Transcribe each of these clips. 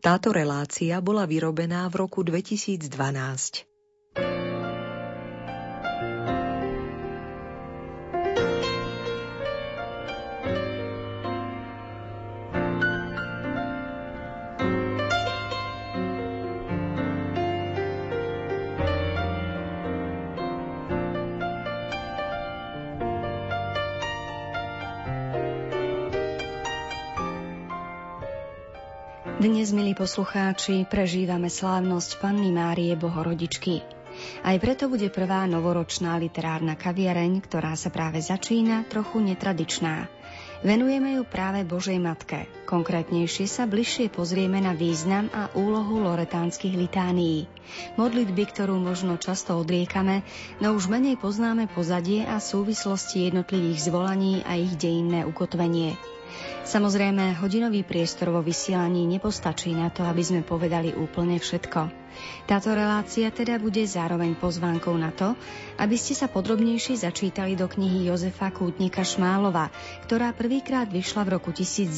Táto relácia bola vyrobená v roku 2012. Dnes, milí poslucháči, prežívame slávnosť Panny Márie Bohorodičky. Aj preto bude prvá novoročná literárna kaviareň, ktorá sa práve začína, trochu netradičná. Venujeme ju práve Božej Matke. Konkrétnejšie sa bližšie pozrieme na význam a úlohu loretánskych litánií. Modlitby, ktorú možno často odriekame, no už menej poznáme pozadie a súvislosti jednotlivých zvolaní a ich dejinné ukotvenie. Samozrejme, hodinový priestor vo vysielaní nepostačí na to, aby sme povedali úplne všetko. Táto relácia teda bude zároveň pozvánkou na to, aby ste sa podrobnejšie začítali do knihy Jozefa Kútnika Šmálova, ktorá prvýkrát vyšla v roku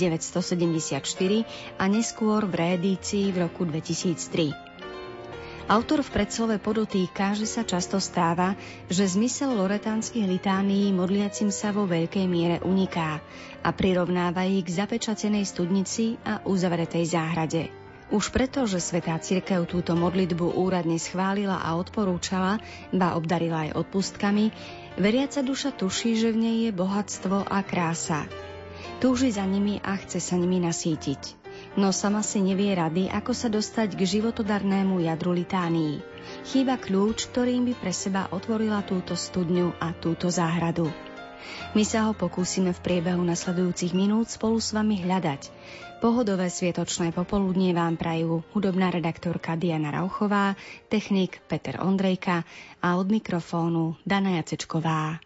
1974 a neskôr v reedícii v roku 2003. Autor v predslove podotýka, že sa často stáva, že zmysel loretánskych litánií modliacim sa vo veľkej miere uniká a prirovnáva ich k zapečatenej studnici a uzavretej záhrade. Už preto, že Svätá cirkev túto modlitbu úradne schválila a odporúčala, ba obdarila aj odpustkami, veriaca duša tuší, že v nej je bohatstvo a krása. Túži za nimi a chce sa nimi nasýtiť. No sama si nevie rady, ako sa dostať k životodarnému jadru litánií. Chýba kľúč, ktorým by pre seba otvorila túto studňu a túto záhradu. My sa ho pokúsime v priebehu nasledujúcich minút spolu s vami hľadať. Pohodové sviatočné popoludnie vám prajú hudobná redaktorka Diana Rauchová, technik Peter Ondrejka a od mikrofónu Dana Jacečková.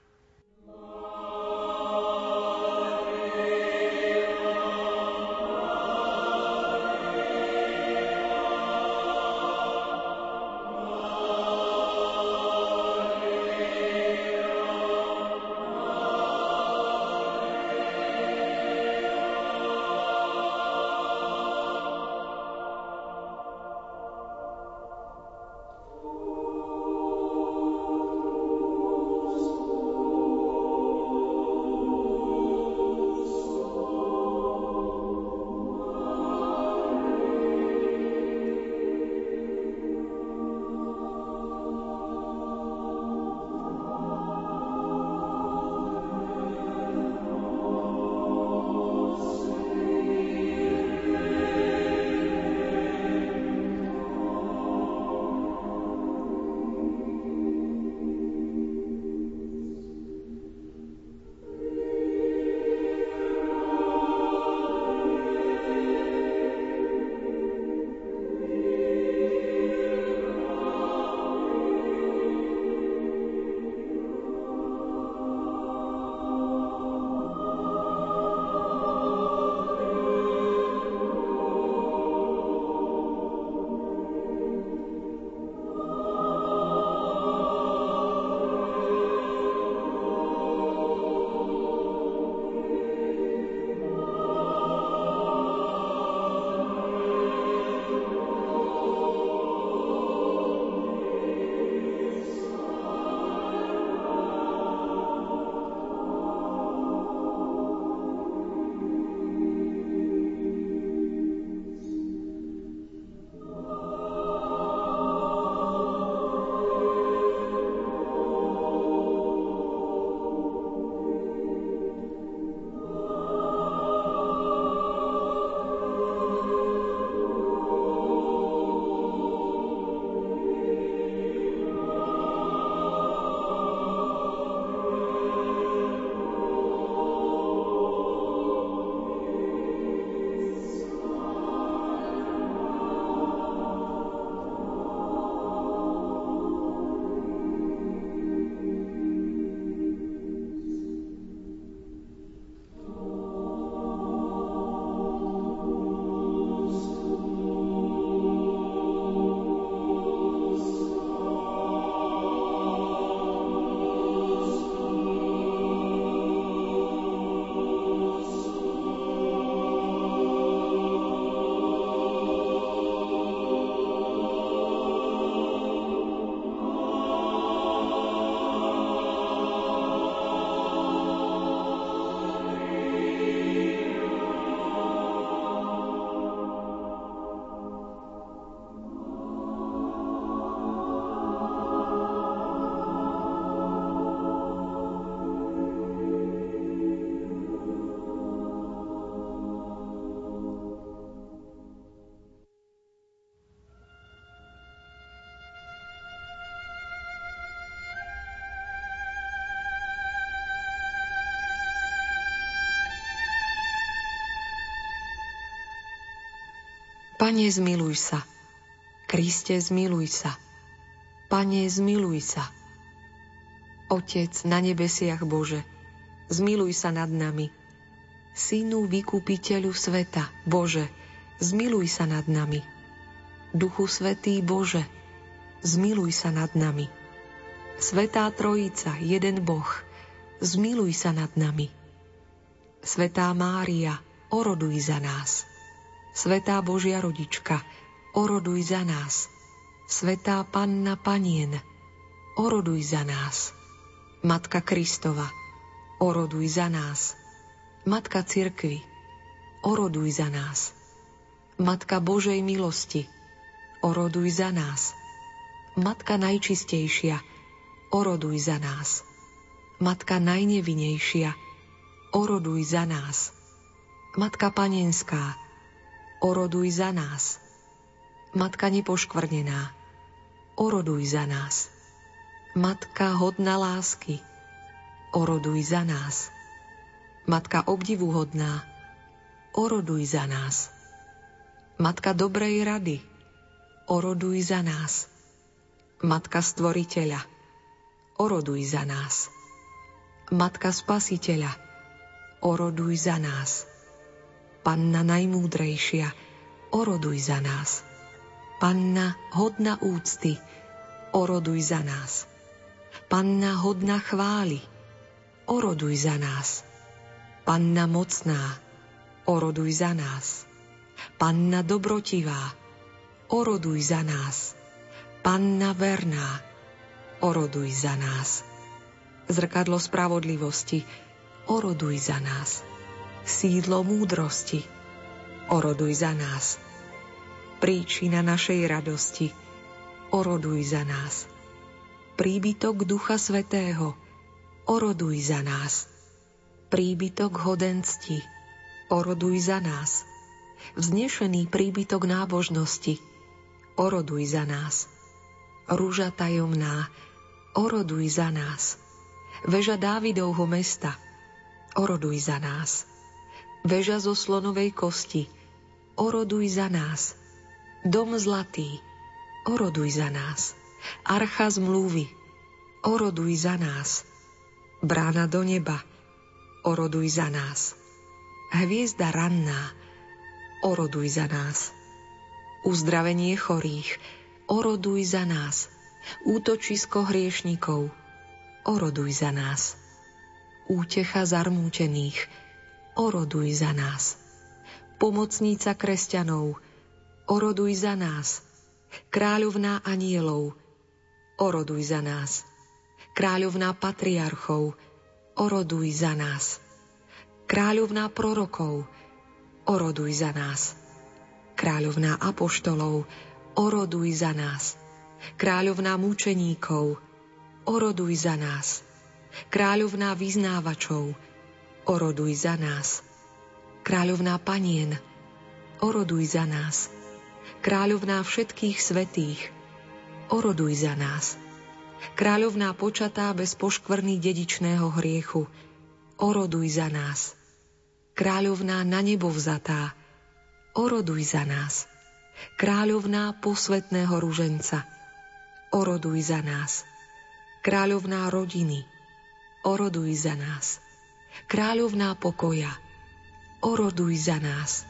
Pane, zmiluj sa. Kriste, zmiluj sa. Pane, zmiluj sa. Otec na nebesiach Bože, zmiluj sa nad nami. Synu vykupiteľu sveta, Bože, zmiluj sa nad nami. Duchu Svätý Bože, zmiluj sa nad nami. Svätá Trojica, jeden Boh, zmiluj sa nad nami. Svätá Mária, oroduj za nás. Svätá Božia Rodička, oroduj za nás. Svätá Panna Panien, oroduj za nás. Matka Kristova, oroduj za nás. Matka Cirkvi, oroduj za nás. Matka Božej milosti, oroduj za nás. Matka Najčistejšia, oroduj za nás. Matka Najnevinnejšia, oroduj za nás. Matka Panenská, oroduj za nás. Matka Nepoškvrnená, oroduj za nás. Matka hodná lásky, oroduj za nás. Matka obdivuhodná, oroduj za nás. Matka dobrej rady, oroduj za nás. Matka Stvoriteľa, oroduj za nás. Matka Spasiteľa, oroduj za nás. Panna Najmúdrejšia, oroduj za nás. Panna hodná úcty, oroduj za nás. Panna hodná chvály, oroduj za nás. Panna mocná, oroduj za nás. Panna dobrotivá, oroduj za nás. Panna verná, oroduj za nás. Zrkadlo spravodlivosti, oroduj za nás. Sídlo múdrosti, oroduj za nás. Príčina našej radosti, oroduj za nás. Príbytok Ducha Svätého, oroduj za nás. Príbytok hodencti, oroduj za nás. Vznešený príbytok nábožnosti, oroduj za nás. Rúža tajomná, oroduj za nás. Veža Dávidovho mesta, oroduj za nás. Veža zo slonovej kosti, oroduj za nás. Dom zlatý, oroduj za nás. Archa zmluvy, oroduj za nás. Brána do neba, oroduj za nás. Hviezda ranná, oroduj za nás. Uzdravenie chorých, oroduj za nás. Útočisko hriešnikov, oroduj za nás. Útecha zarmútených, oroduj za nás. Pomocnica kresťanov, oroduj za nás. Kráľovná anielov, oroduj za nás. Kráľovná patriarchov, oroduj za nás. Kráľovná prorokov, oroduj za nás. Kráľovná apoštolov, oroduj za nás. Kráľovná mučeníkov, oroduj za nás. Kráľovná vyznávačov, oroduj za nás. Kráľovná panien, oroduj za nás. Kráľovná všetkých svätých, oroduj za nás. Kráľovná počatá bez poškvrny dedičného hriechu, oroduj za nás. Kráľovná na nebo vzatá, oroduj za nás. Kráľovná posvätného ruženca, oroduj za nás. Kráľovná rodiny, oroduj za nás. Kráľovná pokoja, oroduj za nás.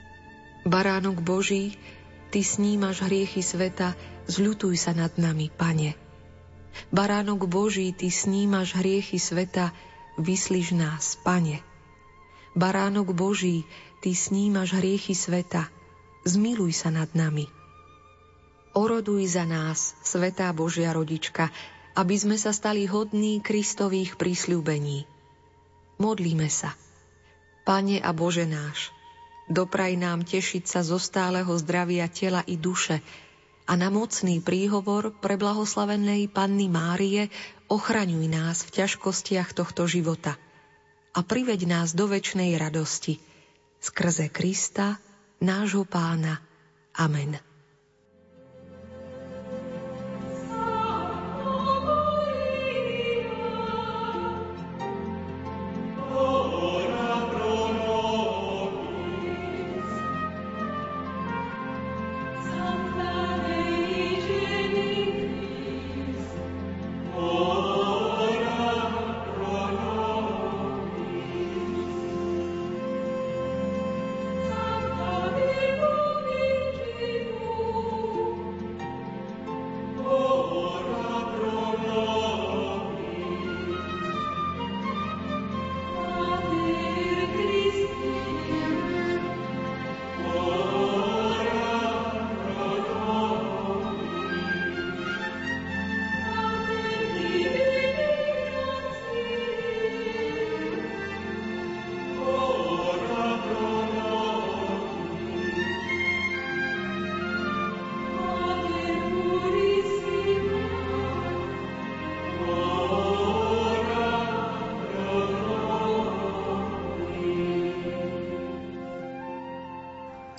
Baránok Boží, Ty snímaš hriechy sveta, zľutuj sa nad nami, Pane. Baránok Boží, Ty snímaš hriechy sveta, vyslíš nás, Pane. Baránok Boží, Ty snímaš hriechy sveta, zmiluj sa nad nami. Oroduj za nás, Svätá Božia Rodička, aby sme sa stali hodní Kristových prisľúbení. Modlíme sa. Pane a Bože náš, dopraj nám tešiť sa zo stáleho zdravia tela i duše a na mocný príhovor preblahoslavenej Panny Márie ochraňuj nás v ťažkostiach tohto života a priveď nás do večnej radosti skrze Krista, nášho Pána. Amen.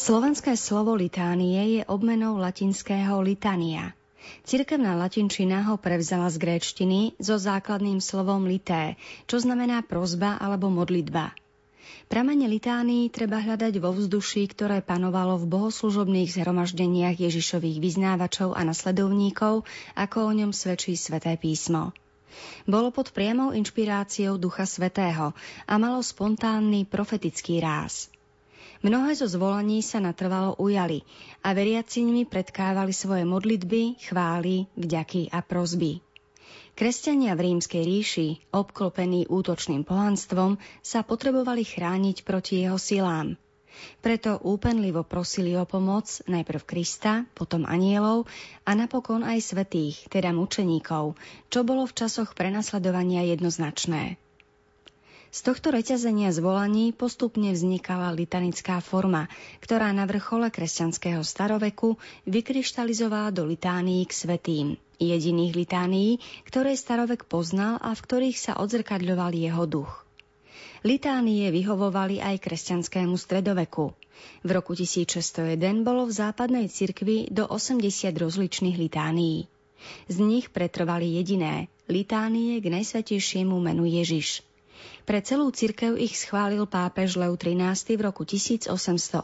Slovenské slovo litánie je obmenou latinského litania. Cirkevná latinčina ho prevzala z gréčtiny so základným slovom lité, čo znamená prosba alebo modlitba. Pramene litánií treba hľadať vo vzduší, ktoré panovalo v bohoslužobných zhromaždeniach Ježišových vyznávačov a nasledovníkov, ako o ňom svedčí Sväté písmo. Bolo pod priamou inšpiráciou Ducha Svätého a malo spontánny profetický ráz. Mnohé zo zvolaní sa natrvalo ujali a veriaci nimi predkávali svoje modlitby, chvály, vďaky a prosby. Kresťania v Rímskej ríši, obklopení útočným pohanstvom, sa potrebovali chrániť proti jeho silám. Preto úpenlivo prosili o pomoc najprv Krista, potom anjelov a napokon aj svätých, teda mučeníkov, čo bolo v časoch prenasledovania jednoznačné. Z tohto reťazenia zvolaní postupne vznikala litanická forma, ktorá na vrchole kresťanského staroveku vykryštalizovala do litánií k svätým, jediných litánií, ktoré starovek poznal a v ktorých sa odzrkadľoval jeho duch. Litánie vyhovovali aj kresťanskému stredoveku. V roku 1601 bolo v západnej cirkvi do 80 rozličných litánií. Z nich pretrvali jediné, litánie k najsvätejšiemu menu Ježiš. Pre celú cirkev ich schválil pápež Lev XIII v roku 1886.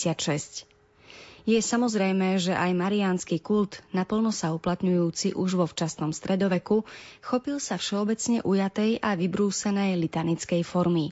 Je samozrejmé, že aj mariánsky kult, naplno sa uplatňujúci už vo včasnom stredoveku, chopil sa všeobecne ujatej a vybrúsenej litanickej formy.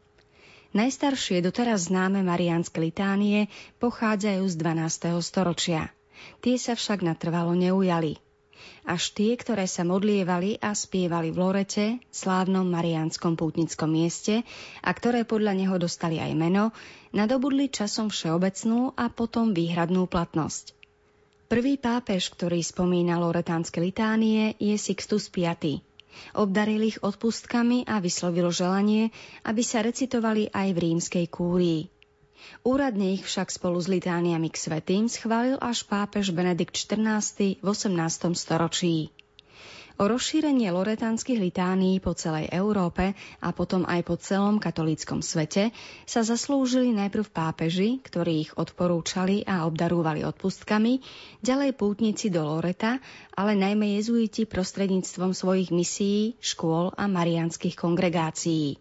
Najstaršie doteraz známe mariánske litánie pochádzajú z 12. storočia. Tie sa však natrvalo neujali. Až tie, ktoré sa modlievali a spievali v Lorete, slávnom mariánskom pútnickom mieste, a ktoré podľa neho dostali aj meno, nadobudli časom všeobecnú a potom výhradnú platnosť. Prvý pápež, ktorý spomína loretánske litánie, je Sixtus V. Obdaril ich odpustkami a vyslovil želanie, aby sa recitovali aj v rímskej kúrii. Úradne ich však spolu s litániami k svätým schválil až pápež Benedikt XIV v 18. storočí. O rozšírenie loretánskych litánií po celej Európe a potom aj po celom katolíckom svete sa zaslúžili najprv pápeži, ktorí ich odporúčali a obdarúvali odpustkami, ďalej pútnici do Loreta, ale najmä jezuiti prostredníctvom svojich misií, škôl a mariánskych kongregácií.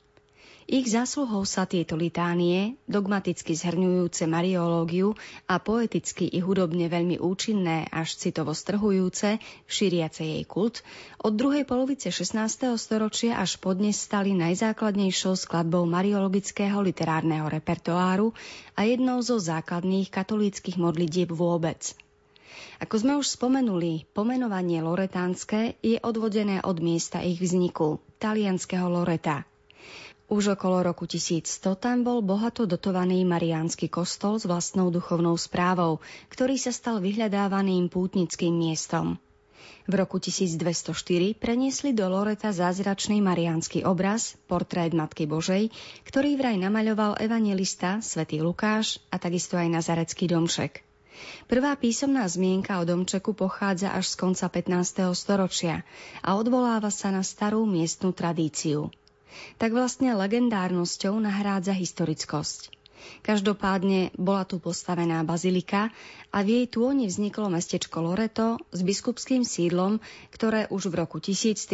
Ich zásluhou sa tieto litánie, dogmaticky zhrňujúce mariológiu a poeticky i hudobne veľmi účinné až citovo strhujúce, šíriace jej kult, od druhej polovice 16. storočia až podnes stali najzákladnejšou skladbou mariologického literárneho repertoáru a jednou zo základných katolíckych modlitieb vôbec. Ako sme už spomenuli, pomenovanie loretánske je odvodené od miesta ich vzniku, talianskeho Loreta. Už okolo roku 1100 tam bol bohato dotovaný mariánsky kostol s vlastnou duchovnou správou, ktorý sa stal vyhľadávaným pútnickým miestom. V roku 1204 preniesli do Loreta zázračný mariánsky obraz, portrét Matky Božej, ktorý vraj namaľoval evanjelista svätý Lukáš a takisto aj nazarecký domček. Prvá písomná zmienka o domčeku pochádza až z konca 15. storočia a odvoláva sa na starú miestnu tradíciu. Tak vlastne legendárnosťou nahrádza historickosť. Každopádne bola tu postavená bazilika a v jej tôni vzniklo mestečko Loreto s biskupským sídlom, ktoré už v roku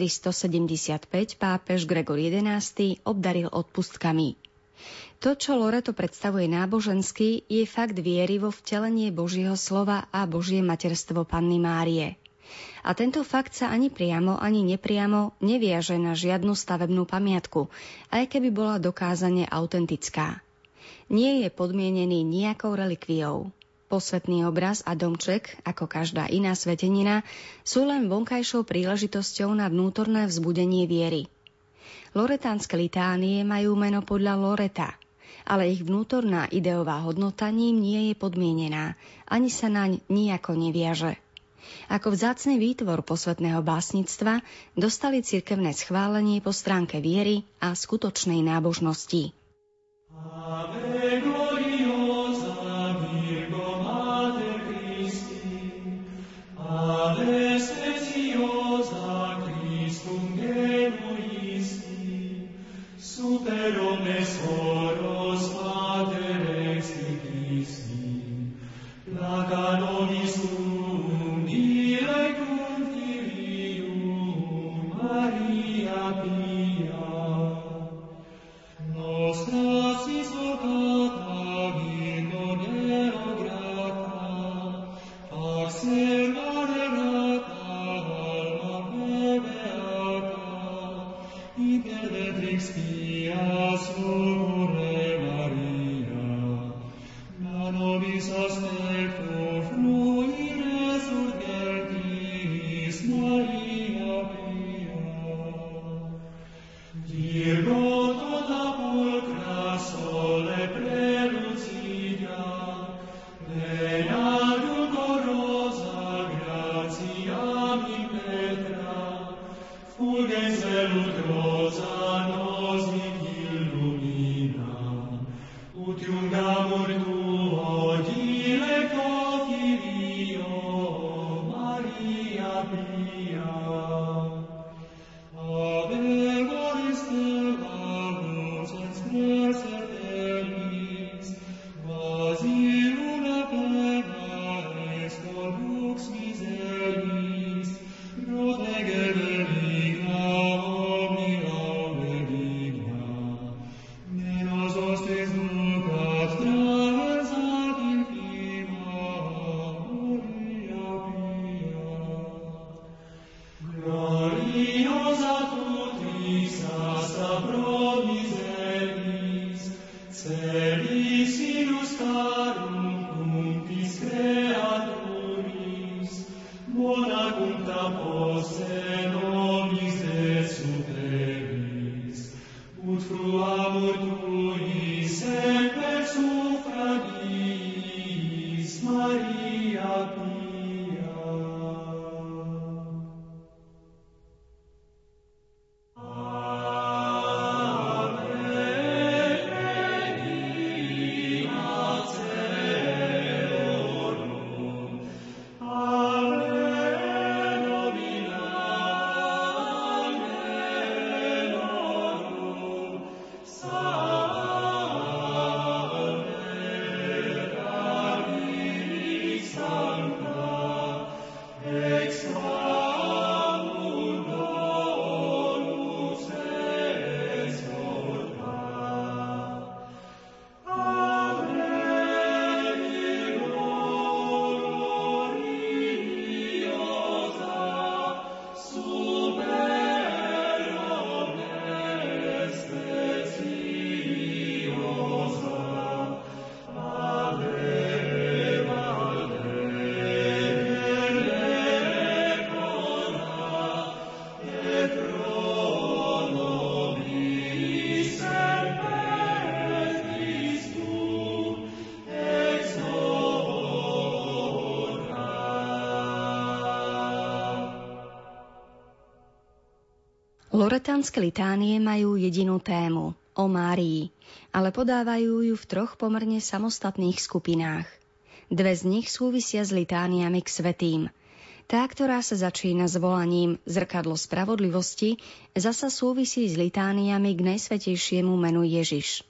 1375 pápež Gregor XI obdaril odpustkami. To, čo Loreto predstavuje náboženský, je fakt viery vo vtelenie Božieho slova a Božie materstvo Panny Márie. A tento fakt sa ani priamo, ani nepriamo neviaže na žiadnu stavebnú pamiatku, aj keby bola dokázane autentická. Nie je podmienený nejakou relikviou. Posvätný obraz a domček, ako každá iná svetenina, sú len vonkajšou príležitosťou na vnútorné vzbudenie viery. Loretánske litánie majú meno podľa Loreta, ale ich vnútorná ideová hodnota ním nie je podmienená, ani sa naň nijako neviaže. Ako vzácny výtvor posvätného básnictva dostali cirkevné schválenie po stránke viery a skutočnej nábožnosti. Ave gloriosa Virgo Mater Christi, Ave speciosa Christum genuisti, super omnes oros Mater exti Christi. Loretánske litánie majú jedinú tému o Márii, ale podávajú ju v troch pomerne samostatných skupinách. Dve z nich súvisia s litániami k svätým. Tá, ktorá sa začína s volaním Zrkadlo spravodlivosti, zasa súvisí s litániami k Najsvätejšiemu menu Ježiš.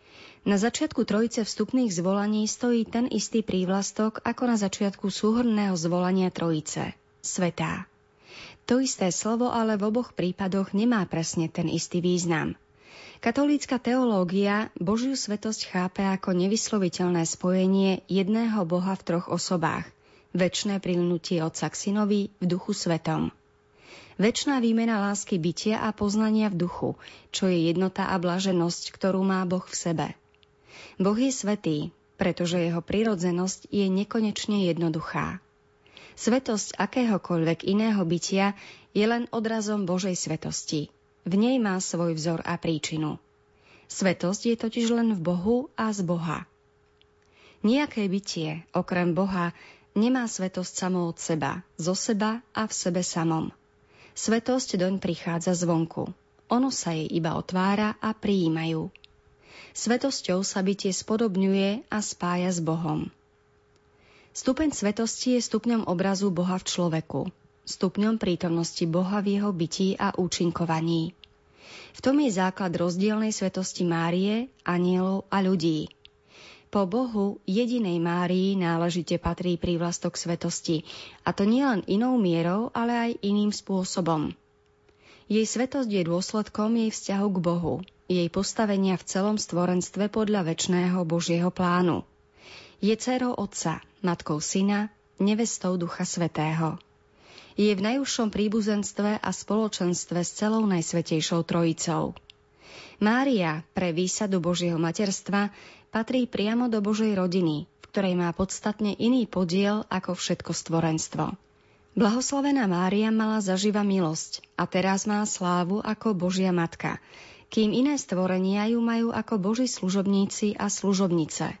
Na začiatku trojice vstupných zvolaní stojí ten istý prívlastok ako na začiatku súhrnného zvolania trojice – Svätá. To isté slovo ale v oboch prípadoch nemá presne ten istý význam. Katolícka teológia Božiu svätosť chápe ako nevysloviteľné spojenie jedného Boha v troch osobách, večné priľnutie Otca k Synovi v Duchu Svetom. Večná výmena lásky bytia a poznania v duchu, čo je jednota a blaženosť, ktorú má Boh v sebe. Boh je svätý, pretože jeho prirodzenosť je nekonečne jednoduchá. Svetosť akéhokoľvek iného bytia je len odrazom Božej svetosti. V nej má svoj vzor a príčinu. Svetosť je totiž len v Bohu a z Boha. Nijaké bytie, okrem Boha, nemá svetosť samo od seba, zo seba a v sebe samom. Svetosť doň prichádza zvonku. Ono sa jej iba otvára a prijímajú. Svetosťou sa bytie spodobňuje a spája s Bohom. Stupeň svetosti je stupňom obrazu Boha v človeku, stupňom prítomnosti Boha v jeho bytí a účinkovaní. V tom je základ rozdielnej svetosti Márie, anjelov a ľudí. Po Bohu, jedinej Márii, náležite patrí prívlastok svetosti, a to nielen inou mierou, ale aj iným spôsobom. Jej svetosť je dôsledkom jej vzťahu k Bohu, jej postavenia v celom stvorenstve podľa večného Božieho plánu. Je dcérou Otca, matkou Syna, nevestou Ducha Svätého. Je v najúžšom príbuzenstve a spoločenstve s celou Najsvätejšou Trojicou. Mária pre výsadu Božieho materstva patrí priamo do Božej rodiny, v ktorej má podstatne iný podiel ako všetko stvorenstvo. Blahoslavená Mária mala zaživa milosť a teraz má slávu ako Božia matka, kým iné stvorenia ju majú ako Boží služobníci a služobnice.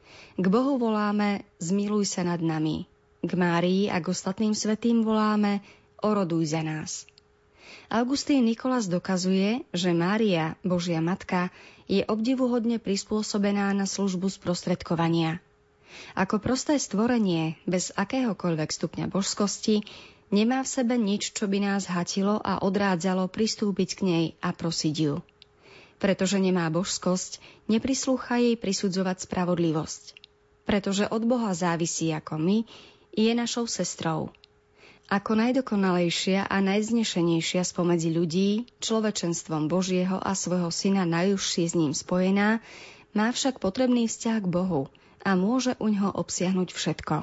K Bohu voláme: zmiluj sa nad nami. K Márii a k ostatným svätým voláme: oroduj za nás. Augustín Nikolás dokazuje, že Mária, Božia matka, je obdivuhodne prispôsobená na službu sprostredkovania. Ako prosté stvorenie, bez akéhokoľvek stupňa božskosti, nemá v sebe nič, čo by nás hatilo a odrádzalo pristúpiť k nej a prosiť ju. Pretože nemá božskosť, neprislúcha jej prisudzovať spravodlivosť. Pretože od Boha závisí ako my, je našou sestrou. Ako najdokonalejšia a najvznešenejšia spomedzi ľudí, človečenstvom Božieho a svojho syna najúžšie s ním spojená, má však potrebný vzťah k Bohu a môže uňho obsiahnuť všetko.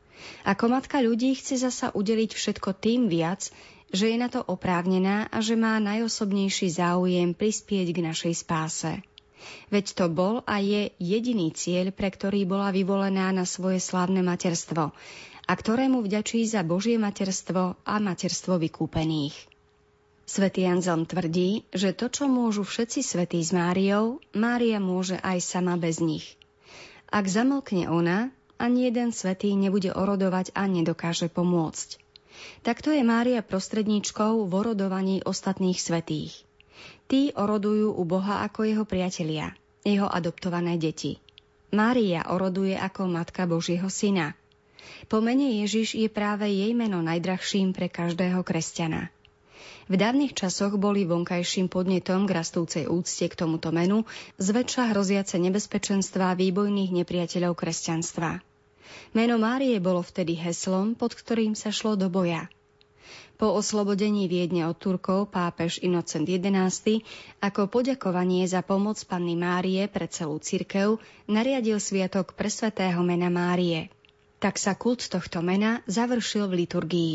Ako matka ľudí chce zasa udeliť všetko tým viac, že je na to oprávnená a že má najosobnejší záujem prispieť k našej spáse. Veď to bol a je jediný cieľ, pre ktorý bola vyvolená na svoje slávne materstvo a ktorému vďačí za Božie materstvo a materstvo vykúpených. Svätý Anzelm tvrdí, že to, čo môžu všetci svätí s Máriou, Mária môže aj sama bez nich. Ak zamlkne ona, ani jeden svätý nebude orodovať a nedokáže pomôcť. Takto je Mária prostredníčkou v orodovaní ostatných svätých. Tí orodujú u Boha ako jeho priatelia, jeho adoptované deti. Mária oroduje ako matka Božieho syna. Po mene Ježiš je práve jej meno najdrahším pre každého kresťana. V dávnych časoch boli vonkajším podnetom k rastúcej úcte k tomuto menu zväčša hroziace nebezpečenstvá výbojných nepriateľov kresťanstva. Meno Márie bolo vtedy heslom, pod ktorým sa šlo do boja. Po oslobodení Viedne od Turkov pápež Inocent XI ako poďakovanie za pomoc Panny Márie pre celú cirkev nariadil sviatok presvätého mena Márie. Tak sa kult tohto mena završil v liturgii.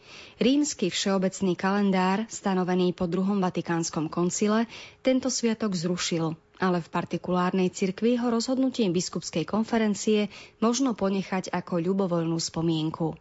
Rímsky všeobecný kalendár, stanovený po druhom Vatikánskom koncile, tento sviatok zrušil, ale v partikulárnej cirkvi ho rozhodnutím biskupskej konferencie možno ponechať ako ľubovoľnú spomienku.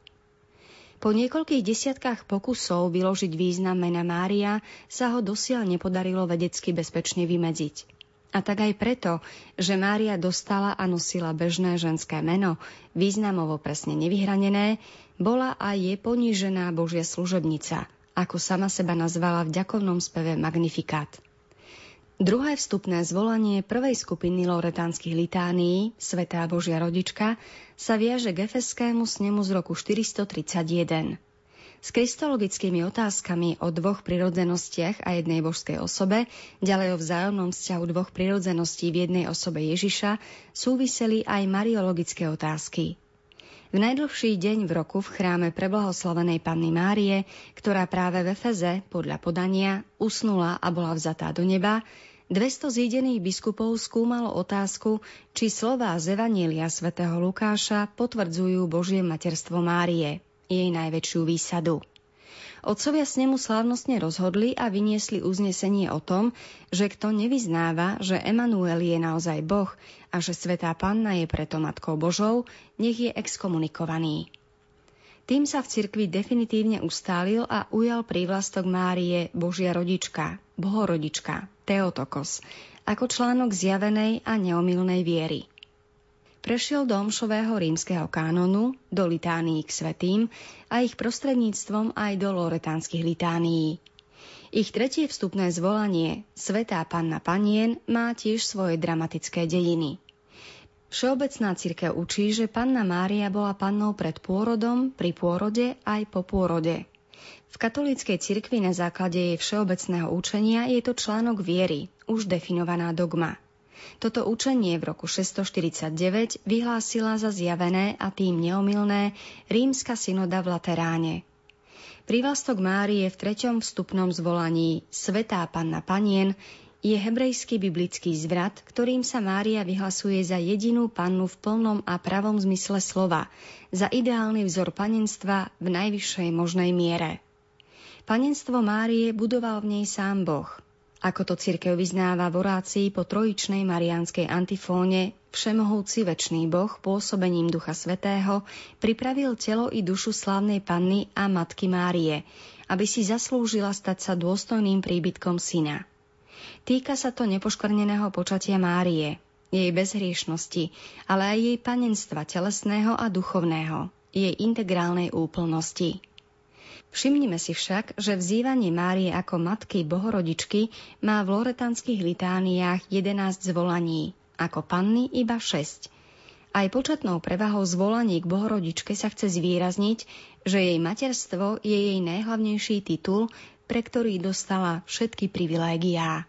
Po niekoľkých desiatkách pokusov vyložiť význam mena Mária sa ho dosiaľ nepodarilo vedecky bezpečne vymedziť. A tak aj preto, že Mária dostala a nosila bežné ženské meno, významovo presne nevyhranené, bola a je ponížená Božia služobnica, ako sama seba nazvala v ďakovnom speve Magnificat. Druhé vstupné zvolanie prvej skupiny lauretánskych litánií, Svätá Božia rodička, sa viaže k Efeskému snemu z roku 431. S kristologickými otázkami o dvoch prirodzenostiach a jednej božskej osobe, ďalej o vzájomnom vzťahu dvoch prirodzeností v jednej osobe Ježiša, súviseli aj mariologické otázky. V najdlhší deň v roku v chráme preblahoslavenej Panny Márie, ktorá práve v Efeze, podľa podania, usnula a bola vzatá do neba, 200 zídených biskupov skúmalo otázku, či slová z Evanjelia svätého Lukáša potvrdzujú Božie materstvo Márie, jej najväčšiu výsadu. Otcovia snemu slávnostne rozhodli a vyniesli uznesenie o tom, že kto nevyznáva, že Emanuel je naozaj Boh a že Svätá Panna je preto Matkou Božou, nech je exkomunikovaný. Tým sa v cirkvi definitívne ustálil a ujal prívlastok Márie Božia rodička, Bohorodička, Theotokos, ako článok zjavenej a neomylnej viery. Prešiel do omšového rímskeho kánonu, do litánií k svätým a ich prostredníctvom aj do loretánskych litánií. Ich tretie vstupné zvolanie, Svätá Panna Panien, má tiež svoje dramatické dejiny. Všeobecná cirkev učí, že Panna Mária bola pannou pred pôrodom, pri pôrode aj po pôrode. V katolíckej cirkvi na základe jej všeobecného učenia je to článok viery, už definovaná dogma. Toto učenie v roku 649 vyhlásila za zjavené a tým neomylné Rímska synoda v Lateráne. Prívlastok Márie v treťom vstupnom zvolaní Svätá Panna Panien je hebrejský biblický zvrat, ktorým sa Mária vyhlasuje za jedinú pannu v plnom a pravom zmysle slova, za ideálny vzor panenstva v najvyššej možnej miere. Panenstvo Márie budoval v nej sám Boh. Ako to cirkev vyznáva v orácii po trojičnej mariánskej antifóne, všemohúci večný Boh pôsobením Ducha Svätého pripravil telo i dušu slávnej panny a matky Márie, aby si zaslúžila stať sa dôstojným príbytkom syna. Týka sa to nepoškvrneného počatia Márie, jej bezhriešnosti, ale aj jej panenstva telesného a duchovného, jej integrálnej úplnosti. Všimnime si však, že vzývanie Márie ako matky Bohorodičky má v loretánskych litániách 11 zvolaní, ako panny iba 6. Aj početnou prevahou zvolaní k Bohorodičke sa chce zvýrazniť, že jej materstvo je jej najhlavnejší titul, pre ktorý dostala všetky privilégiá.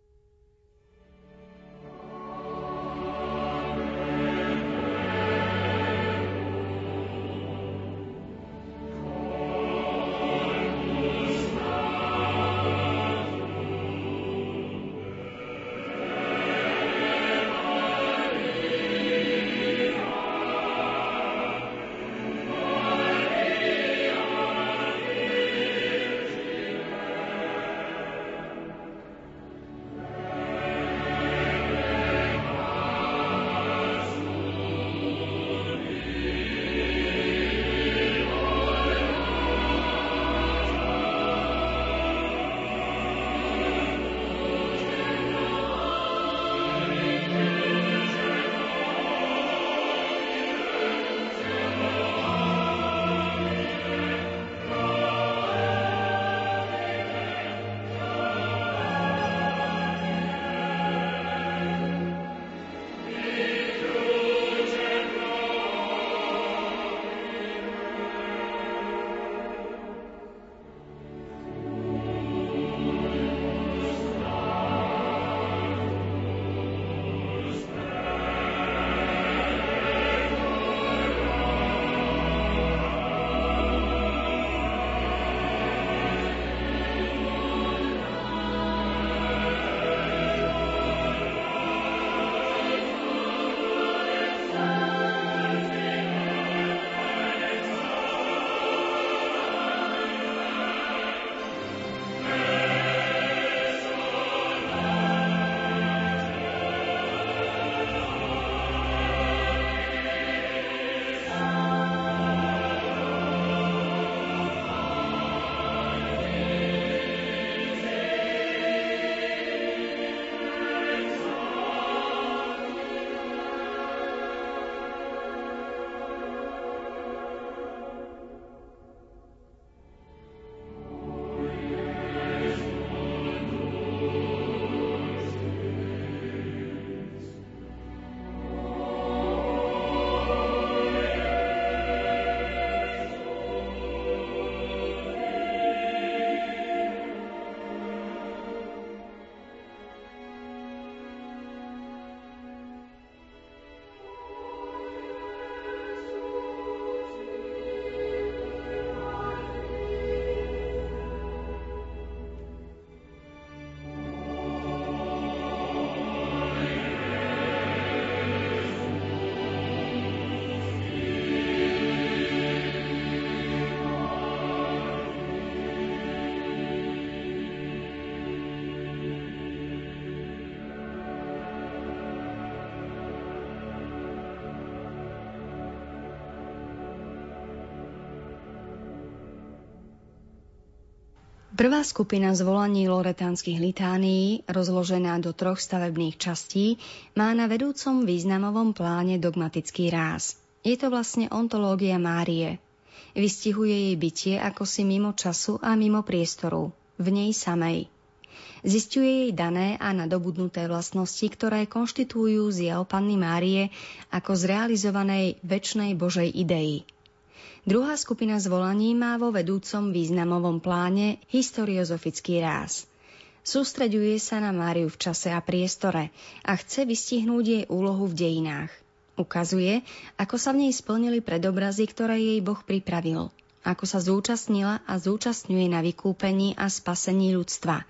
Prvá skupina zvolaní loretánskych litánií, rozložená do 3 stavebných častí, má na vedúcom významovom pláne dogmatický ráz. Je to vlastne ontológia Márie. Vystihuje jej bytie ako si mimo času a mimo priestoru, v nej samej. Zisťuje jej dané a nadobudnuté vlastnosti, ktoré konštitujú zjav Panny Márie ako zrealizovanej večnej Božej idei. Druhá skupina zvolaní má vo vedúcom významovom pláne historiozofický ráz. Sústreďuje sa na Máriu v čase a priestore a chce vystihnúť jej úlohu v dejinách. Ukazuje, ako sa v nej splnili predobrazy, ktoré jej Boh pripravil, ako sa zúčastnila a zúčastňuje na vykúpení a spasení ľudstva,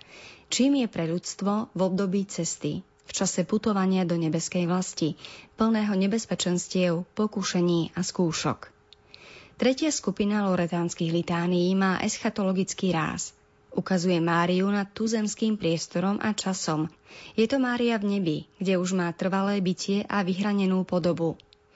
Čím je pre ľudstvo v období cesty, v čase putovania do nebeskej vlasti, plného nebezpečenstiev, pokušení a skúšok. Tretia skupina loretánskych litánií má eschatologický ráz. Ukazuje Máriu nad tuzemským priestorom a časom. Je to Mária v nebi, kde už má trvalé bytie a vyhranenú podobu.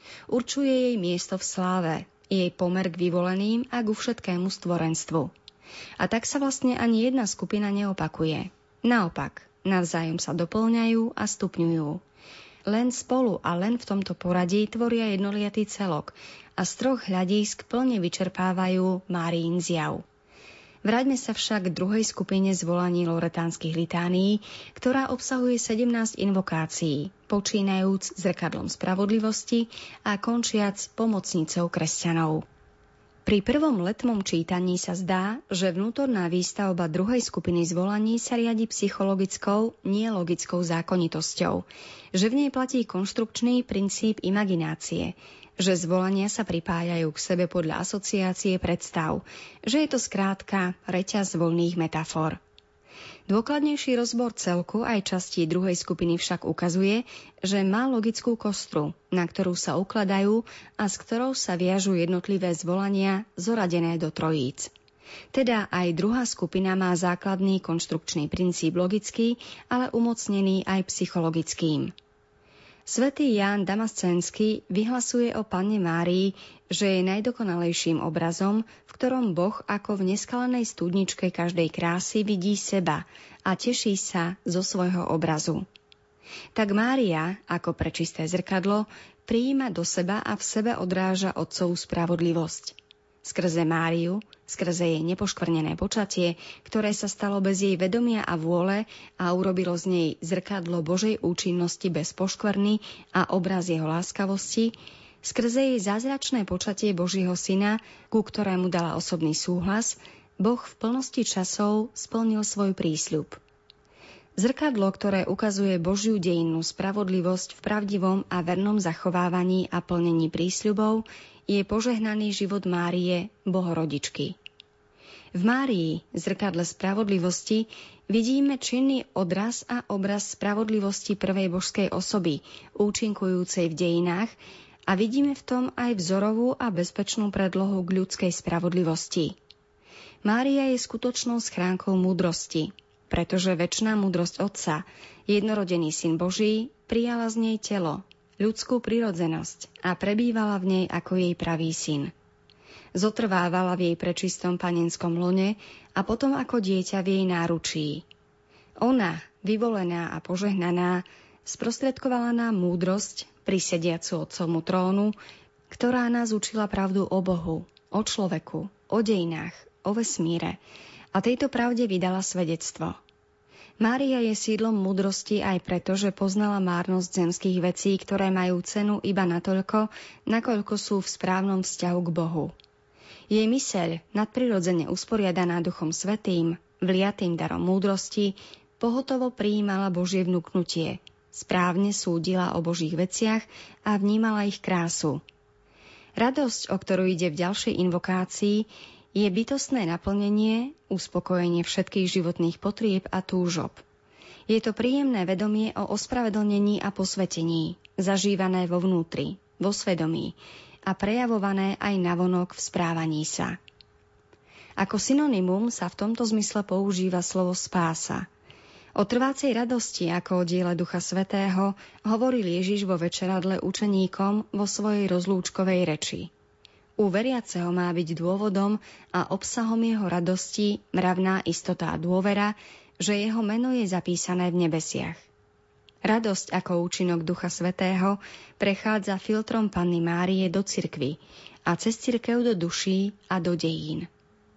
Určuje jej miesto v sláve, jej pomer k vyvoleným a ku všetkému stvorenstvu. A tak sa vlastne ani jedna skupina neopakuje. Naopak, navzájom sa doplňajú a stupňujú. Len spolu a len v tomto poradí tvoria jednoliatý celok a z troch hľadísk plne vyčerpávajú Máriin zjav. Vráťme sa však k druhej skupine zvolaní loretánskych litánií, ktorá obsahuje 17 invokácií, počínajúc zrkadlom spravodlivosti a končiac pomocnicou kresťanov. Pri prvom letmom čítaní sa zdá, že vnútorná výstavba druhej skupiny zvolaní sa riadi psychologickou, nie logickou zákonitosťou, že v nej platí konštrukčný princíp imaginácie, že zvolania sa pripájajú k sebe podľa asociácie predstav, že je to skrátka reťaz voľných metafor. Dôkladnejší rozbor celku aj častí druhej skupiny však ukazuje, že má logickú kostru, na ktorú sa ukladajú a s ktorou sa viažú jednotlivé zvolania zoradené do trojíc. Teda aj druhá skupina má základný konštrukčný princíp logický, ale umocnený aj psychologickým. Svätý Ján Damascénsky vyhlasuje o Panne Márii, že je najdokonalejším obrazom, v ktorom Boh ako v neskalenej studničke každej krásy vidí seba a teší sa zo svojho obrazu. Tak Mária, ako prečisté zrkadlo, prijíma do seba a v sebe odráža Otcovú spravodlivosť. Skrze Máriu, skrze jej nepoškvrnené počatie, ktoré sa stalo bez jej vedomia a vôle a urobilo z nej zrkadlo Božej účinnosti bez poškvrny a obraz jeho láskavosti, skrze jej zázračné počatie Božieho syna, ku ktorému dala osobný súhlas, Boh v plnosti časov splnil svoj prísľub. Zrkadlo, ktoré ukazuje Božiu dejinnú spravodlivosť v pravdivom a vernom zachovávaní a plnení prísľubov, je požehnaný život Márie, Bohorodičky. V Márii, zrkadle spravodlivosti, vidíme činný odraz a obraz spravodlivosti prvej božskej osoby, účinkujúcej v dejinách, a vidíme v tom aj vzorovú a bezpečnú predlohu k ľudskej spravodlivosti. Mária je skutočnou schránkou múdrosti, pretože večná múdrosť Otca, jednorodený Syn Boží, prijala z nej telo, ľudskú prirodzenosť a prebývala v nej ako jej pravý syn. Zotrvávala v jej prečistom panenskom lone a potom ako dieťa v jej náručí. Ona, vyvolená a požehnaná, sprostredkovala nám múdrosť, prisediacu Otcovmu trónu, ktorá nás učila pravdu o Bohu, o človeku, o dejinách, o vesmíre a tejto pravde vydala svedectvo. Mária je sídlom múdrosti aj preto, že poznala márnosť zemských vecí, ktoré majú cenu iba natoľko, nakoľko sú v správnom vzťahu k Bohu. Jej myseľ, nadprirodzene usporiadaná Duchom Svätým, vliatým darom múdrosti, pohotovo prijímala Božie vnúknutie, správne súdila o Božích veciach a vnímala ich krásu. Radosť, o ktorú ide v ďalšej invokácii, je bytostné naplnenie, uspokojenie všetkých životných potrieb a túžob. Je to príjemné vedomie o ospravedlnení a posvetení, zažívané vo vnútri, vo svedomí a prejavované aj navonok v správaní sa. Ako synonymum sa v tomto zmysle používa slovo spása. O trvácej radosti ako o diele Ducha Svätého hovoril Ježiš vo večeradle učeníkom vo svojej rozlúčkovej reči. U veriaceho má byť dôvodom a obsahom jeho radosti mravná istota a dôvera, že jeho meno je zapísané v nebesiach. Radosť ako účinok Ducha Svätého prechádza filtrom Panny Márie do cirkvi a cez cirkev do duší a do dejín.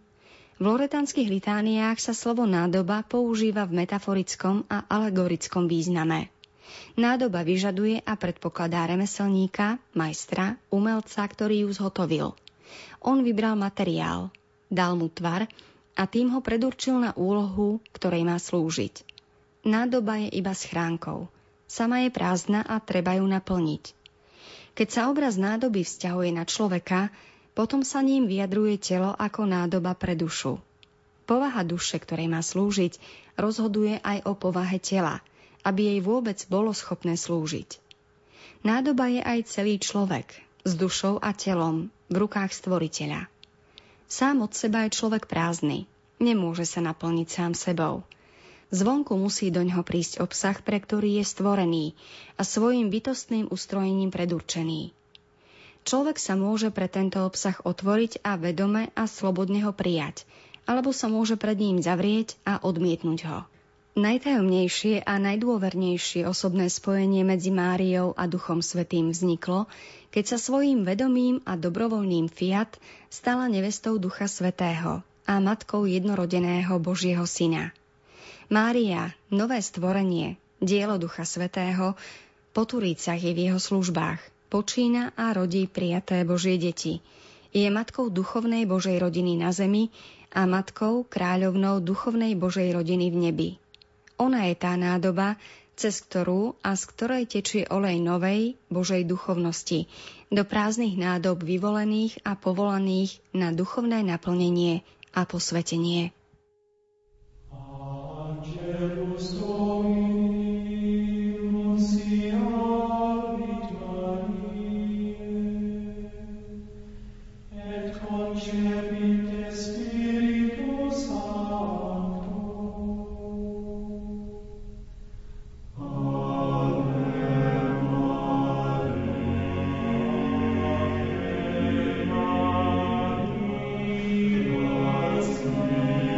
V loretánskych litániách sa slovo nádoba používa v metaforickom a alegorickom význame. Nádoba vyžaduje a predpokladá remeselníka, majstra, umelca, ktorý ju zhotovil. On vybral materiál, dal mu tvar a tým ho predurčil na úlohu, ktorej má slúžiť. Nádoba je iba schránkou. Sama je prázdna a treba ju naplniť. Keď sa obraz nádoby vzťahuje na človeka, potom sa ním vyjadruje telo ako nádoba pre dušu. Povaha duše, ktorej má slúžiť, rozhoduje aj o povahe tela, aby jej vôbec bolo schopné slúžiť. Nádoba je aj celý človek, s dušou a telom, v rukách Stvoriteľa. Sám od seba je človek prázdny, nemôže sa naplniť sám sebou. Zvonku musí doňho prísť obsah, pre ktorý je stvorený a svojím bytostným ustrojením predurčený. Človek sa môže pre tento obsah otvoriť a vedome a slobodne ho prijať, alebo sa môže pred ním zavrieť a odmietnúť ho. Najtajomnejšie a najdôvernejšie osobné spojenie medzi Máriou a Duchom Svätým vzniklo, keď sa svojím vedomým a dobrovoľným fiat stala nevestou Ducha Svätého a matkou jednorodeného Božieho Syna. Mária, nové stvorenie, dielo Ducha Svätého, po Turícach je v jeho službách, počína a rodí prijaté Božie deti. Je matkou duchovnej Božej rodiny na zemi a matkou kráľovnou duchovnej Božej rodiny v nebi. Ona je tá nádoba, cez ktorú a z ktorej tečie olej novej Božej duchovnosti do prázdnych nádob vyvolených a povolaných na duchovné naplnenie a posvetenie. Amen.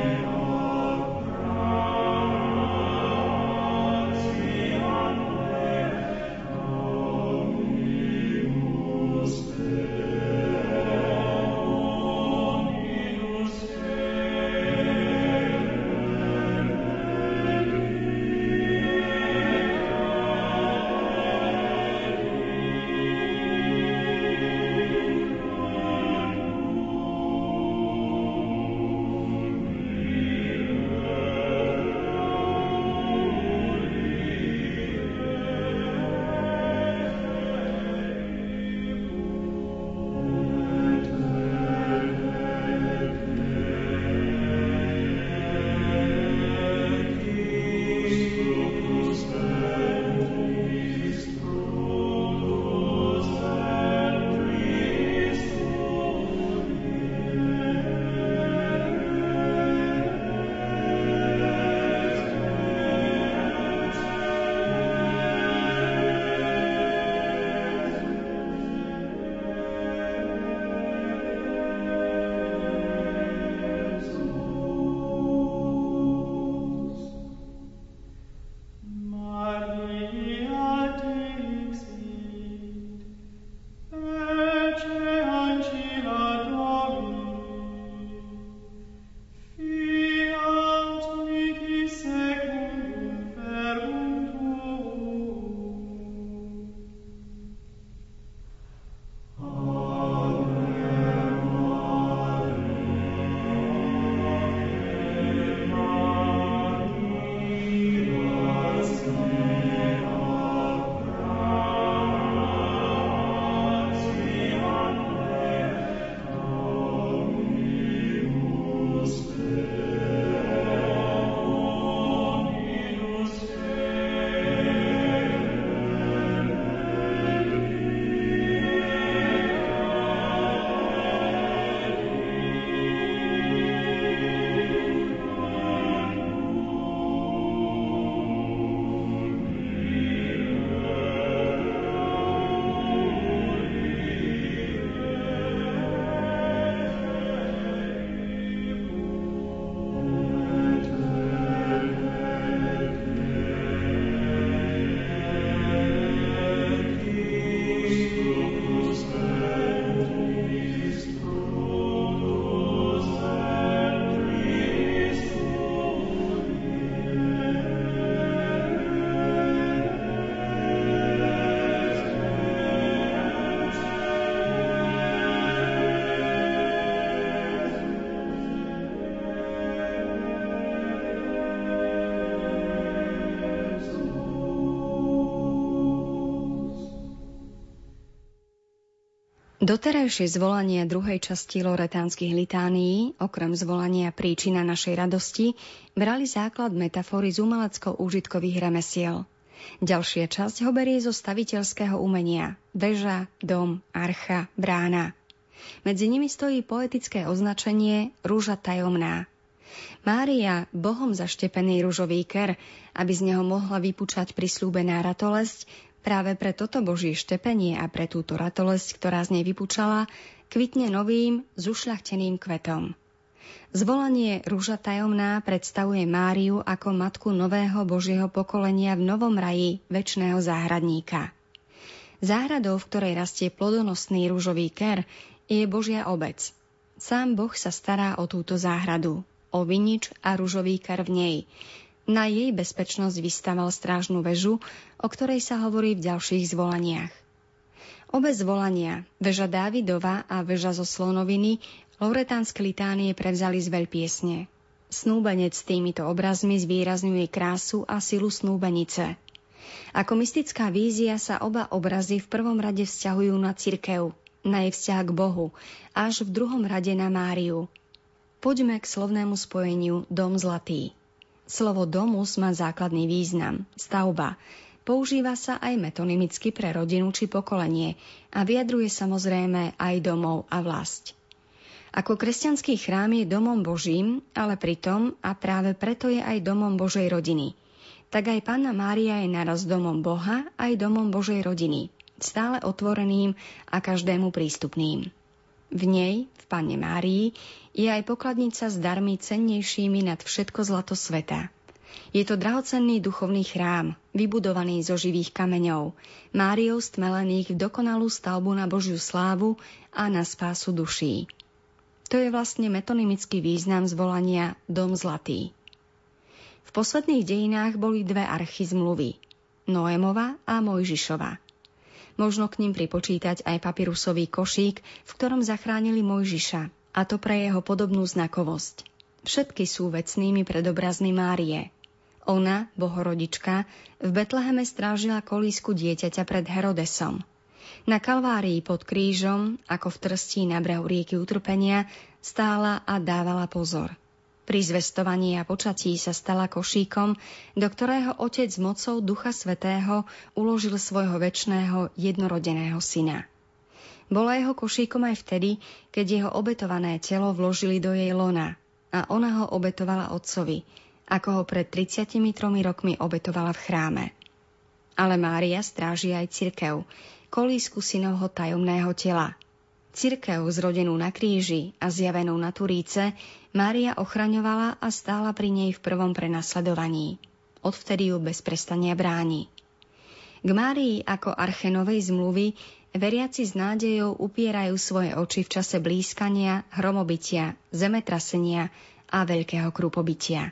Doterajšie zvolanie druhej časti loretánskych litánií, okrem zvolania Príčina našej radosti, brali základ metafory z umelecko-úžitkových remesiel. Ďalšia časť ho berie zo staviteľského umenia: veža, dom, archa, brána. Medzi nimi stojí poetické označenie Rúža tajomná. Mária, Bohom zaštepený ružový ker, aby z neho mohla vypučať prisľúbená ratolesť, práve pre toto Božie štepenie a pre túto ratolesť, ktorá z nej vypučala, kvitne novým, zušľachteným kvetom. Zvolanie Rúža tajomná predstavuje Máriu ako matku nového Božieho pokolenia v novom raji večného záhradníka. Záhradou, v ktorej rastie plodonosný ružový ker, je Božia obec. Sám Boh sa stará o túto záhradu, o vinič a ružový ker v nej. Na jej bezpečnosť vystaval strážnu väžu, o ktorej sa hovorí v ďalších zvolaniach. Obe zvolania, veža Dávidova a veža zo slonoviny, loretánske litánie prevzali z veľpiesne. Snúbenec týmito obrazmi zvýrazňuje krásu a silu snúbenice. Ako mystická vízia sa oba obrazy v prvom rade vzťahujú na cirkev, na jej vzťah k Bohu, až v druhom rade na Máriu. Poďme k slovnému spojeniu dom zlatý. Slovo domus má základný význam, stavba. Používa sa aj metonymicky pre rodinu či pokolenie a vyjadruje samozrejme aj domov a vlasť. Ako kresťanský chrám je domom Božím, ale pritom a práve preto je aj domom Božej rodiny. Tak aj Panna Mária je naraz domom Boha aj domom Božej rodiny, stále otvoreným a každému prístupným. V nej, v Panne Márii, je aj pokladnica s darmi cennejšími nad všetko zlato sveta. Je to drahocenný duchovný chrám, vybudovaný zo živých kameňov, Máriou stmelených v dokonalú stavbu na Božiu slávu a na spásu duší. To je vlastne metonymický význam zvolania Dom zlatý. V posledných dejinách boli dve archy zmluvy, Noémova a Mojžišova. Možno k nim pripočítať aj papyrusový košík, v ktorom zachránili Mojžiša, a to pre jeho podobnú znakovosť. Všetky sú vecnými predobrazmi Márie. Ona, Bohorodička, v Betleheme strážila kolísku dieťaťa pred Herodesom. Na Kalvárii pod krížom, ako v Trstí na brehu rieky utrpenia, stála a dávala pozor. Pri zvestovaní a počatí sa stala košíkom, do ktorého Otec mocou Ducha Svätého uložil svojho večného jednorodeného syna. Bola jeho košíkom aj vtedy, keď jeho obetované telo vložili do jej lona a ona ho obetovala Otcovi, ako ho pred 33 rokmi obetovala v chráme. Ale Mária stráži aj cirkev, kolísku synovho tajomného tela. Cirkev zrodenú na kríži a zjavenú na Turíce Mária ochraňovala a stála pri nej v prvom prenasledovaní. Odvtedy ju bez prestania bráni. K Márii ako arche novej zmluvy veriaci s nádejou upierajú svoje oči v čase blízkania, hromobytia, zemetrasenia a veľkého krúpobytia.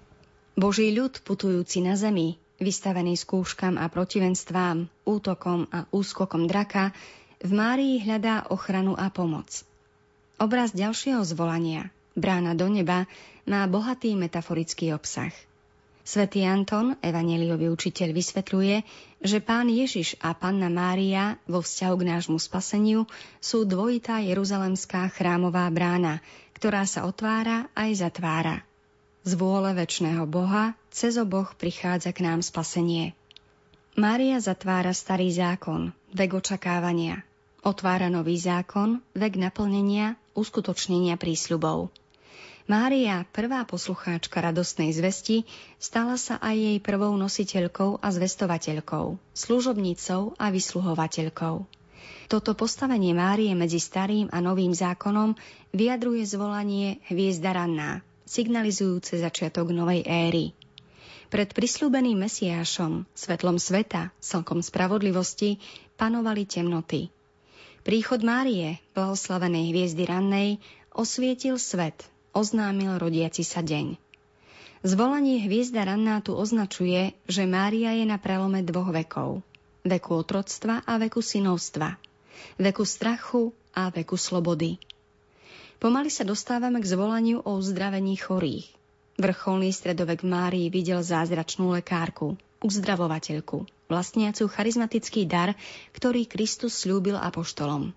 Boží ľud putujúci na zemi, vystavený skúškam a protivenstvám, útokom a úskokom draka, v Márii hľadá ochranu a pomoc. Obraz ďalšieho zvolania, brána do neba, má bohatý metaforický obsah. Svätý Anton, evanjeliový učiteľ, vysvetľuje, že Pán Ježiš a Panna Mária vo vzťahu k nášmu spaseniu sú dvojitá jeruzalemská chrámová brána, ktorá sa otvára aj zatvára. Z vôle večného Boha cez oboch prichádza k nám spasenie. Mária zatvára starý zákon, vek očakávania. Otvára nový zákon, vek naplnenia, uskutočnenia prísľubov. Mária, prvá poslucháčka radostnej zvesti, stala sa aj jej prvou nositeľkou a zvestovateľkou, služobnicou a vysluhovateľkou. Toto postavenie Márie medzi starým a novým zákonom vyjadruje zvolanie Hviezda ranná, signalizujúce začiatok novej éry. Pred prisľúbeným Mesiášom, svetlom sveta, slnkom spravodlivosti, panovali temnoty. Príchod Márie, blahoslavenej hviezdy rannej, osvietil svet, oznámil rodiaci sa deň. Zvolanie Hviezda ranná tu označuje, že Mária je na prelome dvoch vekov. Veku otroctva a veku synovstva. Veku strachu a veku slobody. Pomaly sa dostávame k zvolaniu o uzdravení chorých. Vrcholný stredovek Márii videl zázračnú lekárku, uzdravovateľku, vlastniacu charizmatický dar, ktorý Kristus sľúbil apoštolom.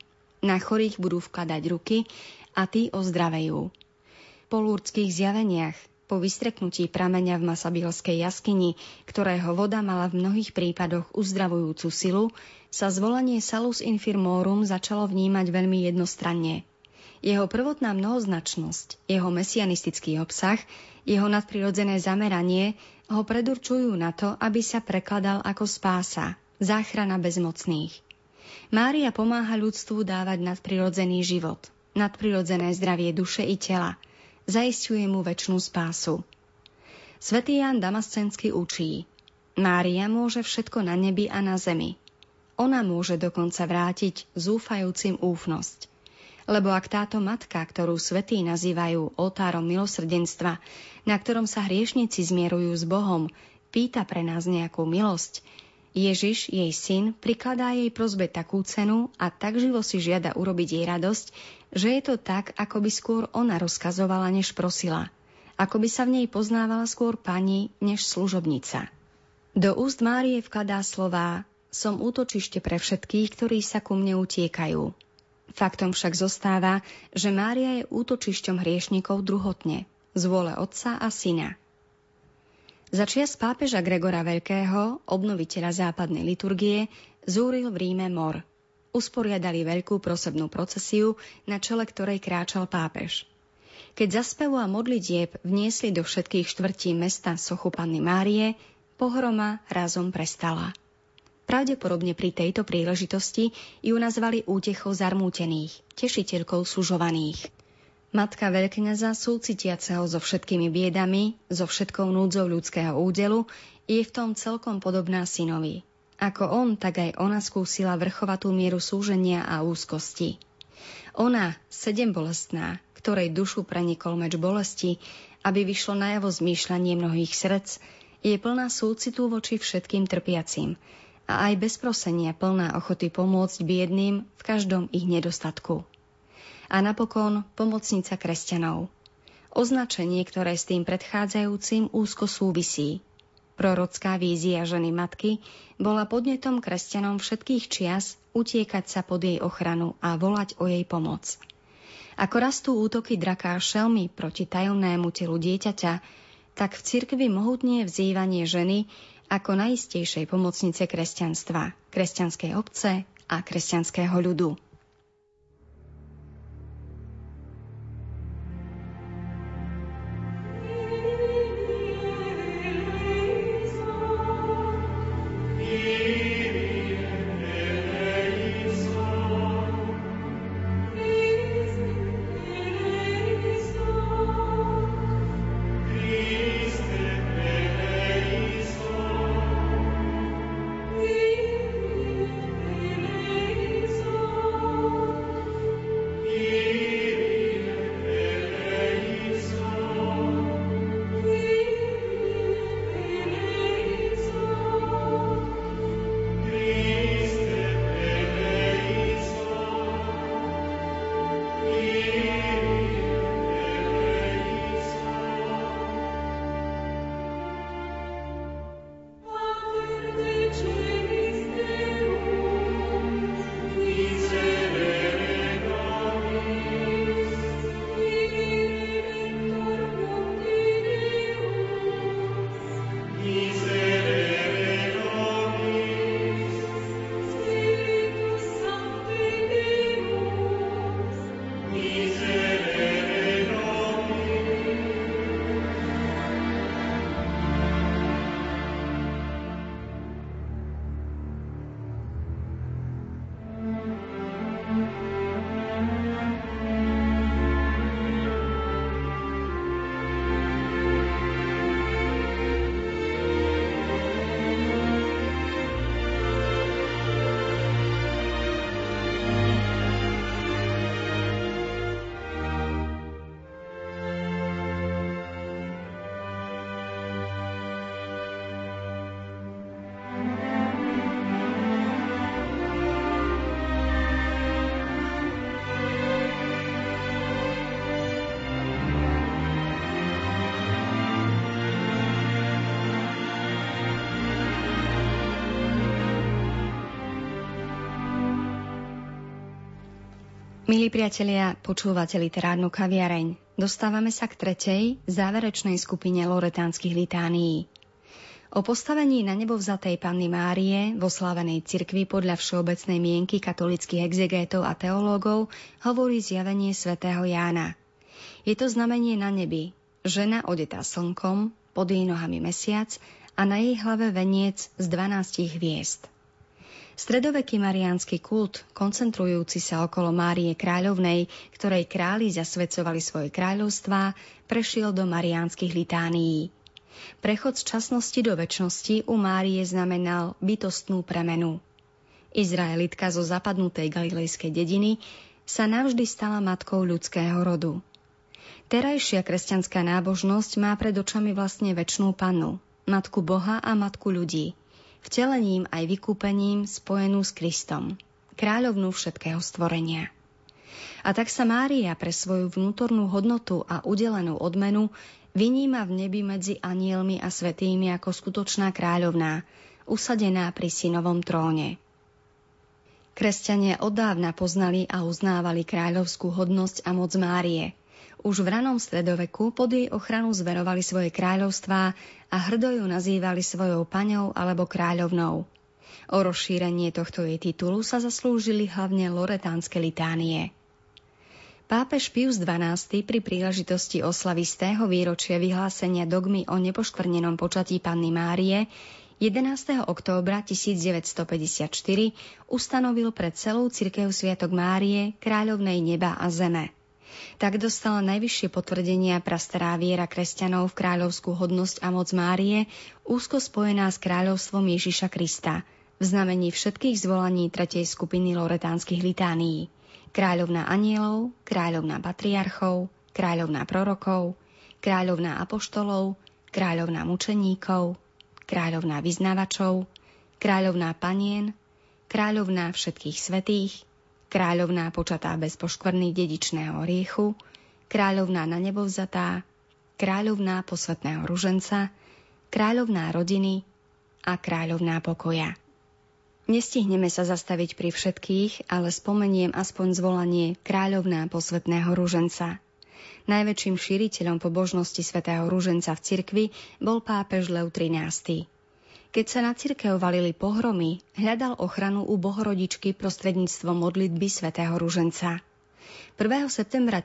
Na chorých budú vkladať ruky a tí ozdravejú. Po lurdských zjaveniach, po vystreknutí prameňa v Masabilskej jaskyni, ktorého voda mala v mnohých prípadoch uzdravujúcu silu, sa zvolanie Salus Infirmorum začalo vnímať veľmi jednostranne. Jeho prvotná mnohoznačnosť, jeho mesianistický obsah, jeho nadprirodzené zameranie ho predurčujú na to, aby sa prekladal ako spása, záchrana bezmocných. Mária pomáha ľudstvu dávať nadprirodzený život, nadprirodzené zdravie duše i tela, zaisťuje mu večnú spásu. Svätý Ján Damascenský učí: Mária môže všetko na nebi a na zemi. Ona môže dokonca vrátiť zúfajúcim úfnosť. Lebo ak táto matka, ktorú svätí nazývajú oltárom milosrdenstva, na ktorom sa hriešnici zmierujú s Bohom, pýta pre nás nejakú milosť, Ježiš, jej syn, prikladá jej prosbe takú cenu a tak živo si žiada urobiť jej radosť, že je to tak, ako by skôr ona rozkazovala, než prosila. Ako by sa v nej poznávala skôr pani, než služobnica. Do úst Márie vkladá slová: Som útočište pre všetkých, ktorí sa ku mne utiekajú. Faktom však zostáva, že Mária je útočišťom hriešnikov druhotne, z vôle Otca a Syna. Za čias pápeža Gregora Veľkého, obnoviteľa západnej liturgie, zúril v Ríme mor. Usporiadali veľkú prosebnú procesiu, na čele ktorej kráčal pápež. Keď za spevu a modlitieb vniesli do všetkých štvrtí mesta sochu Panny Márie, pohroma razom prestala. Pravdepodobne pri tejto príležitosti ju nazvali útechou zarmútených, tešiteľkou sužovaných. Matka veľkňaza, súcitiaceho so všetkými biedami, so všetkou núdzou ľudského údelu, je v tom celkom podobná synovi. Ako on, tak aj ona skúsila vrchovatú mieru súženia a úzkosti. Ona, sedembolestná, ktorej dušu prenikol meč bolesti, aby vyšlo najavo zmýšľanie mnohých srdc, je plná súcitu voči všetkým trpiacim a aj bez prosenia plná ochoty pomôcť biedným v každom ich nedostatku. A napokon pomocnica kresťanov. Označenie, ktoré s tým predchádzajúcim úzko súvisí. Prorocká vízia ženy matky bola podnetom kresťanom všetkých čias utiekať sa pod jej ochranu a volať o jej pomoc. Ako rastú útoky draka a šelmy proti tajomnému telu dieťaťa, tak v cirkvi mohutnie vzývanie ženy ako najistejšej pomocnice kresťanstva, kresťanskej obce a kresťanského ľudu. Christe Milí priatelia, počúvate literárnu kaviareň. Dostávame sa k tretej, záverečnej skupine loretánskych litánií. O postavení na nebo vzatej Panny Márie vo slávenej cirkvi podľa všeobecnej mienky katolíckych exegétov a teológov hovorí zjavenie svätého Jána. Je to znamenie na nebi, žena odetá slnkom, pod jej nohami mesiac a na jej hlave veniec z 12 hviezd. Stredoveký mariánsky kult, koncentrujúci sa okolo Márie kráľovnej, ktorej králi zasvedcovali svoje kráľovstvá, prešiel do mariánskych litánií. Prechod z časnosti do večnosti u Márie znamenal bytostnú premenu. Izraelitka zo zapadnutej galilejskej dediny sa navždy stala matkou ľudského rodu. Terajšia kresťanská nábožnosť má pred očami vlastne večnú pannu, matku Boha a matku ľudí, vtelením aj vykúpením spojenú s Kristom, kráľovnú všetkého stvorenia. A tak sa Mária pre svoju vnútornú hodnotu a udelenú odmenu vyníma v nebi medzi anielmi a svätými ako skutočná kráľovná, usadená pri synovom tróne. Kresťania oddávna poznali a uznávali kráľovskú hodnosť a moc Márie. Už v ranom stredoveku pod jej ochranu zverovali svoje kráľovstvá a hrdo ju nazývali svojou paňou alebo kráľovnou. O rozšírenie tohto jej titulu sa zaslúžili hlavne loretánske litánie. Pápež Pius XII pri príležitosti oslavy 100. výročia vyhlásenia dogmy o nepoškvrnenom počatí Panny Márie 11. októbra 1954 ustanovil pre celú cirkev sviatok Márie, kráľovnej neba a zeme. Tak dostala najvyššie potvrdenia prastará viera kresťanov v kráľovskú hodnosť a moc Márie, úzko spojená s kráľovstvom Ježiša Krista, v znamení všetkých zvolaní tretej skupiny loretánskych litánií. Kráľovná anielov, kráľovná patriarchov, kráľovná prorokov, kráľovná apoštolov, kráľovná mučeníkov, kráľovná vyznavačov, kráľovná panien, kráľovná všetkých svätých, kráľovná počatá bez poškvrny dedičného riechu, kráľovná na nebo vzatá, kráľovná posvätného ruženca, kráľovná rodiny a kráľovná pokoja. Nestihneme sa zastaviť pri všetkých, ale spomeniem aspoň zvolanie kráľovná posvätného ruženca. Najväčším šíriteľom pobožnosti svätého ruženca v cirkvi bol pápež Lev XIII. Keď sa na cirkev valili pohromy, hľadal ochranu u Bohorodičky prostredníctvom modlitby svätého ruženca. 1. septembra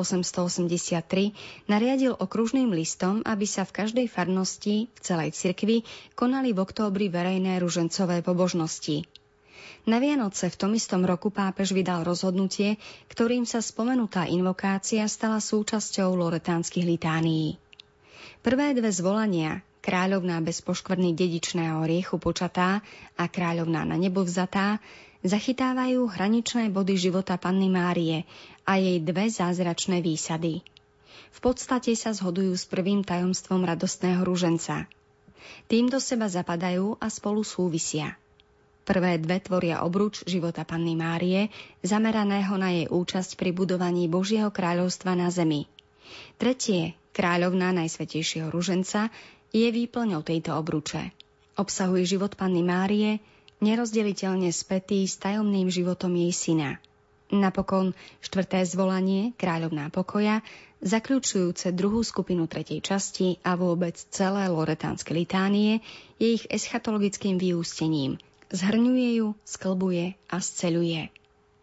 1883 nariadil okružným listom, aby sa v každej farnosti v celej cirkvi konali v októbri verejné ružencové pobožnosti. Na Vianoce v tom istom roku pápež vydal rozhodnutie, ktorým sa spomenutá invokácia stala súčasťou loretánskych litánií. Prvé dve zvolania, kráľovná bez poškvrny dedičného riechu počatá a kráľovná na nebo vzatá, zachytávajú hraničné body života Panny Márie a jej dve zázračné výsady. V podstate sa zhodujú s prvým tajomstvom radostného ruženca. Tým do seba zapadajú a spolu súvisia. Prvé dve tvoria obruč života Panny Márie, zameraného na jej účasť pri budovaní Božieho kráľovstva na zemi. Tretie, kráľovná najsvätejšieho ruženca, je výplňou tejto obruče. Obsahuje život Panny Márie, nerozdeliteľne spätý s tajomným životom jej syna. Napokon štvrté zvolanie, kráľovná pokoja, zakľúčujúce druhú skupinu tretej časti a vôbec celé loretánske litánie, je ich eschatologickým vyústením. Zhrňuje ju, sklbuje a sceľuje.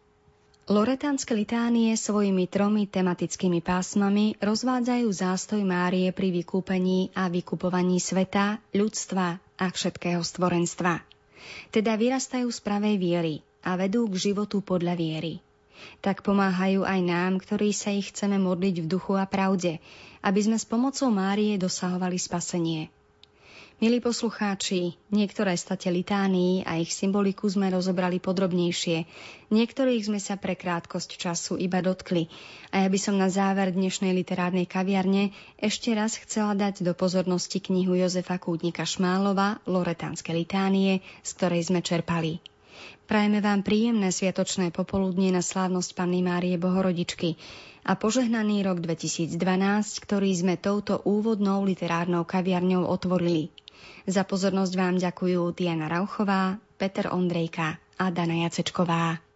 Loretánske litánie svojimi tromi tematickými pásmami rozvádzajú zástoj Márie pri vykúpení a vykupovaní sveta, ľudstva a všetkého stvorenstva. Teda vyrastajú z pravej viery a vedú k životu podľa viery. Tak pomáhajú aj nám, ktorí sa ich chceme modliť v duchu a pravde, aby sme s pomocou Márie dosahovali spasenie. Milí poslucháči, niektoré state litánií a ich symboliku sme rozobrali podrobnejšie. Niektorých sme sa pre krátkosť času iba dotkli. A ja by som na záver dnešnej literárnej kaviarne ešte raz chcela dať do pozornosti knihu Jozefa Kútnika Šmálova Loretánske litánie, z ktorej sme čerpali. Prajeme vám príjemné sviatočné popoludnie na slávnosť Panny Márie Bohorodičky a požehnaný rok 2012, ktorý sme touto úvodnou literárnou kaviarňou otvorili. Za pozornosť vám ďakujú Diana Rauchová, Peter Ondrejka a Dana Jacečková.